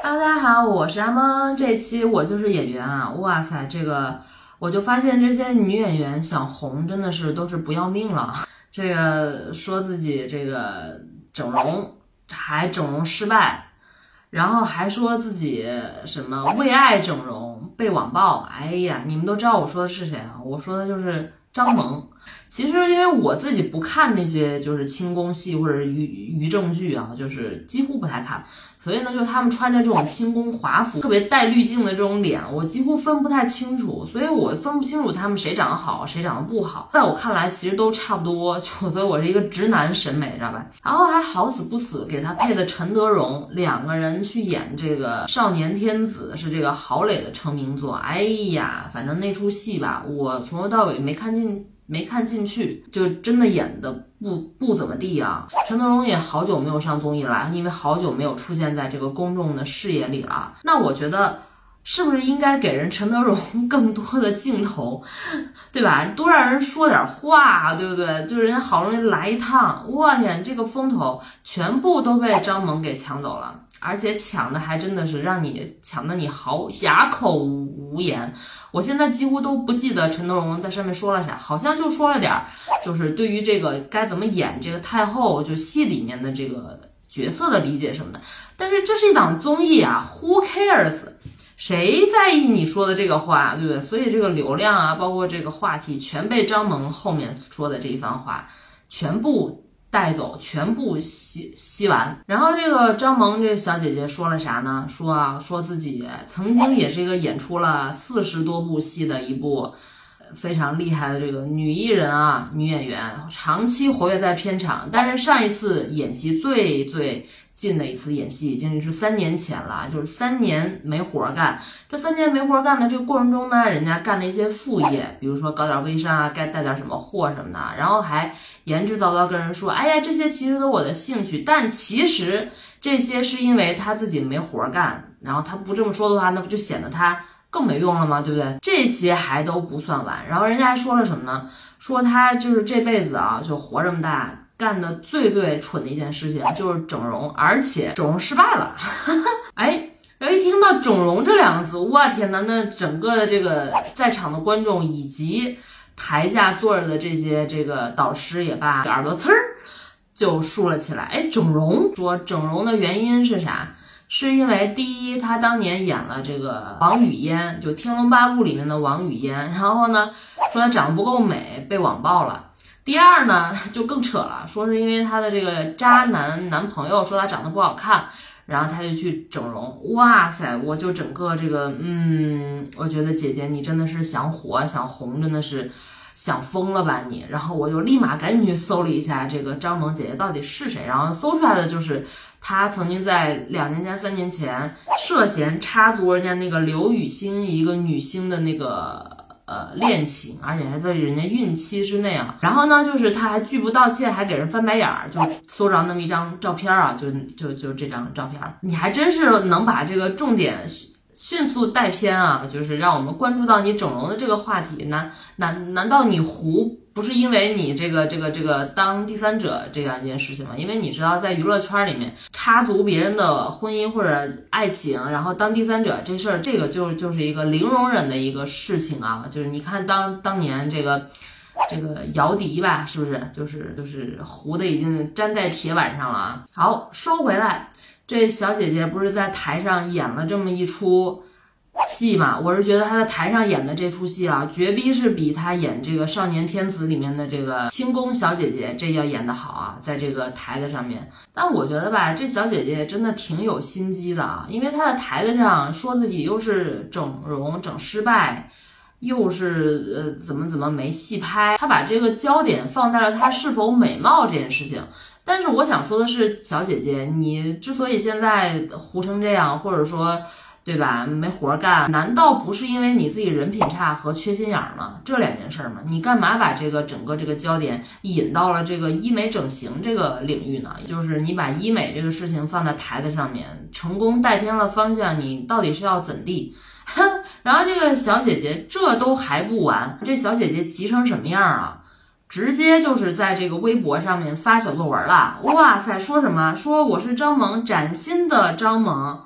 Hello， 大家好，我是阿蒙。这期我就是演员啊！哇塞，我就发现这些女演员想红真的是都是不要命了。这个说自己这个整容还整容失败，然后还说自己什么为爱整容被网暴。哎呀，你们都知道我说的是谁啊？我说的就是张萌。其实因为我自己不看那些就是清宫戏或者于正剧啊，就是几乎不太看，所以呢，就他们穿着这种清宫华服，特别带滤镜的这种脸，我几乎分不太清楚，所以我分不清楚他们谁长得好，谁长得不好。在我看来，其实都差不多，所以我是一个直男审美，知道吧？然后还好死不死给他配的陈德容，两个人去演这个少年天子，是这个郝蕾的成名作。哎呀，反正那出戏吧，我从头到尾没看进去，就真的演的不怎么地啊。陈德容也好久没有上综艺了，因为好久没有出现在这个公众的视野里了。那我觉得是不是应该给人陈德容更多的镜头，对吧？多让人说点话，对不对？就是人家好容易来一趟，我天，这个风头全部都被张萌给抢走了，而且抢的还真的是让你抢的你哑口无言。我现在几乎都不记得陈德容在上面说了啥，好像就说了点就是对于这个该怎么演这个太后，就戏里面的这个角色的理解什么的。但是这是一档综艺啊 ，Who cares？ 谁在意你说的这个话，对不对？所以这个流量啊，包括这个话题，全被张萌后面说的这一番话全部带走，全部吸完。然后这个张萌这小姐姐说了啥呢？说自己曾经也是一个演出了40多部戏的一部非常厉害的这个女艺人啊，女演员，长期活跃在片场。但是上一次演戏最近的一次演戏已经是3年前了，就是3年没活干。这3年没活干的这个过程中呢，人家干了一些副业，比如说搞点微商啊，该带点什么货什么的，然后还言之凿凿跟人说，哎呀，这些其实都是我的兴趣，但其实这些是因为他自己没活干。然后他不这么说的话，那不就显得他更没用了吗？对不对？这些还都不算完，然后人家还说了什么呢？说他就是这辈子啊，就活这么大，干的最蠢的一件事情就是整容，而且整容失败了。哎，然后一听到整容这2个字，我天哪，那整个的这个在场的观众以及台下坐着的这些这个导师也罢，耳朵呲儿就竖了起来。哎，整容，说整容的原因是啥？是因为第一，他当年演了这个王语嫣，就《天龙八部》里面的王语嫣，然后呢说他长得不够美，被网暴了。第二呢就更扯了，说是因为他的这个渣男朋友说他长得不好看，然后他就去整容。哇塞，我就整个这个我觉得姐姐你真的是想火想红，真的是想疯了吧你。然后我就立马赶紧去搜了一下这个张萌姐姐到底是谁，然后搜出来的就是她曾经在2年前3年前涉嫌插足人家那个刘雨昕一个女星的那个恋情，而且还在人家孕期之内啊。然后呢，就是他还拒不道歉，还给人翻白眼儿，就搜着那么一张照片啊，就这张照片，你还真是能把这个重点迅速带偏啊，就是让我们关注到你整容的这个话题。难道你糊不是因为你这个当第三者这样一件事情吗？因为你知道在娱乐圈里面插足别人的婚姻或者爱情，然后当第三者这事儿，这个就是一个零容忍的一个事情啊。就是你看当年这个姚笛吧，是不是就是糊的已经粘在铁板上了啊。好，说回来，这小姐姐不是在台上演了这么一出戏嘛？我是觉得她在台上演的这出戏啊，绝逼是比她演这个少年天子里面的这个清宫小姐姐这要演得好啊，在这个台子上面。但我觉得吧，这小姐姐真的挺有心机的啊，因为她在台子上说自己又是整容整失败，又是怎么没戏拍，她把这个焦点放在了她是否美貌这件事情。但是我想说的是，小姐姐，你之所以现在糊成这样，或者说对吧没活干，难道不是因为你自己人品差和缺心眼吗？这2件事吗？你干嘛把这个整个这个焦点引到了这个医美整形这个领域呢？就是你把医美这个事情放在台子上面，成功带偏了方向，你到底是要怎地？然后这个小姐姐这都还不完，这小姐姐急成什么样啊？直接就是在这个微博上面发小作文了。哇塞，说什么？说我是张萌，崭新的张萌，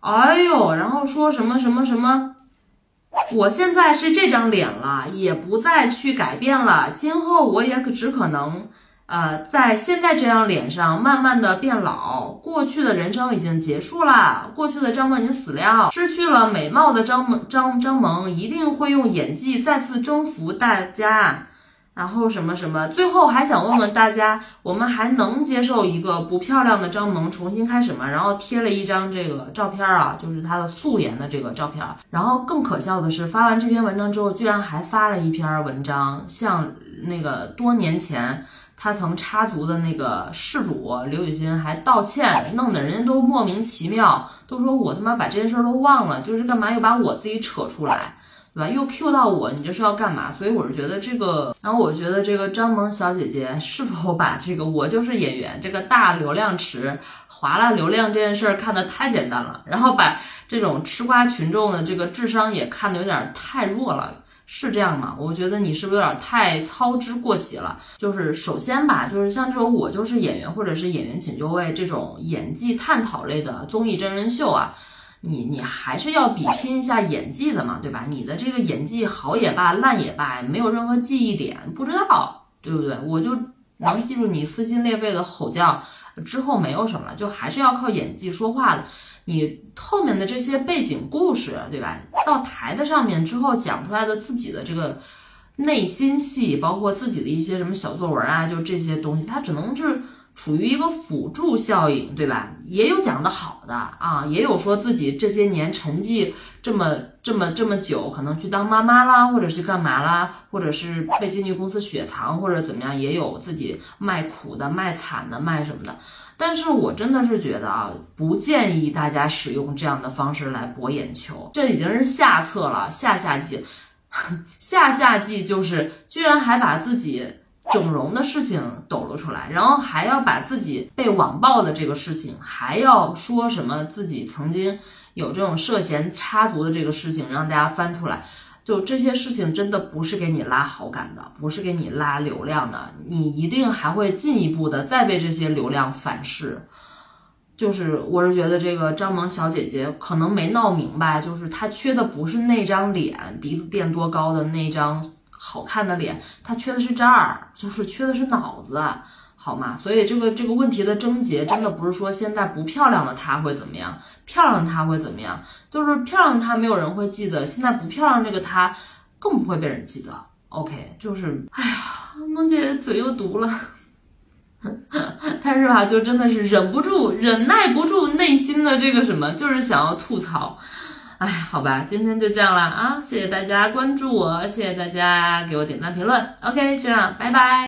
哎呦，然后说什么什么什么，我现在是这张脸了，也不再去改变了，今后我也只可能。在现在这张脸上慢慢的变老，过去的人生已经结束了，过去的张萌已经死了，失去了美貌的张萌一定会用演技再次征服大家，然后什么什么，最后还想问问大家，我们还能接受一个不漂亮的张萌重新开始吗？然后贴了一张这个照片啊，就是她的素颜的这个照片，然后更可笑的是，发完这篇文章之后，居然还发了一篇文章，像那个多年前。他曾插足的那个事主刘雨欣还道歉，弄得人家都莫名其妙，都说我他妈把这件事都忘了，就是干嘛又把我自己扯出来，对吧？又 Q 到我，你这是要干嘛？所以我是觉得这个，然后我觉得这个张萌小姐姐是否把这个我就是演员这个大流量池划拉流量这件事看得太简单了，然后把这种吃瓜群众的这个智商也看得有点太弱了。是这样吗？我觉得你是不是有点太操之过急了？就是首先吧，就是像这种我就是演员或者是演员请就位这种演技探讨类的综艺真人秀啊，你还是要比拼一下演技的嘛，对吧？你的这个演技好也罢，烂也罢，没有任何记忆点，不知道，对不对？我就能记住你撕心裂肺的吼叫，之后没有什么了，就还是要靠演技说话的。你后面的这些背景故事，对吧？到台的上面之后讲出来的自己的这个内心戏，包括自己的一些什么小作文啊，就这些东西，它只能是处于一个辅助效应，对吧？也有讲得好的啊，也有说自己这些年沉寂这么久，可能去当妈妈啦，或者是干嘛啦，或者是被经纪公司雪藏，或者怎么样，也有自己卖苦的、卖惨的、卖什么的。但是我真的是觉得啊，不建议大家使用这样的方式来博眼球，这已经是下策了，下季，下季就是居然还把自己整容的事情抖了出来，然后还要把自己被网暴的这个事情，还要说什么自己曾经有这种涉嫌插足的这个事情，让大家翻出来。就这些事情真的不是给你拉好感的，不是给你拉流量的，你一定还会进一步的再被这些流量反噬。就是我是觉得这个张萌小姐姐可能没闹明白，就是她缺的不是那张脸，鼻子垫多高的那张好看的脸，她缺的是这儿，就是缺的是脑子。好吗？所以这个问题的症结真的不是说现在不漂亮的她会怎么样，漂亮的她会怎么样，就是漂亮的她没有人会记得，现在不漂亮这个她更不会被人记得。OK， 就是哎呀，萌姐嘴又毒了，但是吧，就真的是忍耐不住内心的这个什么，就是想要吐槽。哎，好吧，今天就这样了啊！谢谢大家关注我，谢谢大家给我点赞评论。OK，这样，拜拜。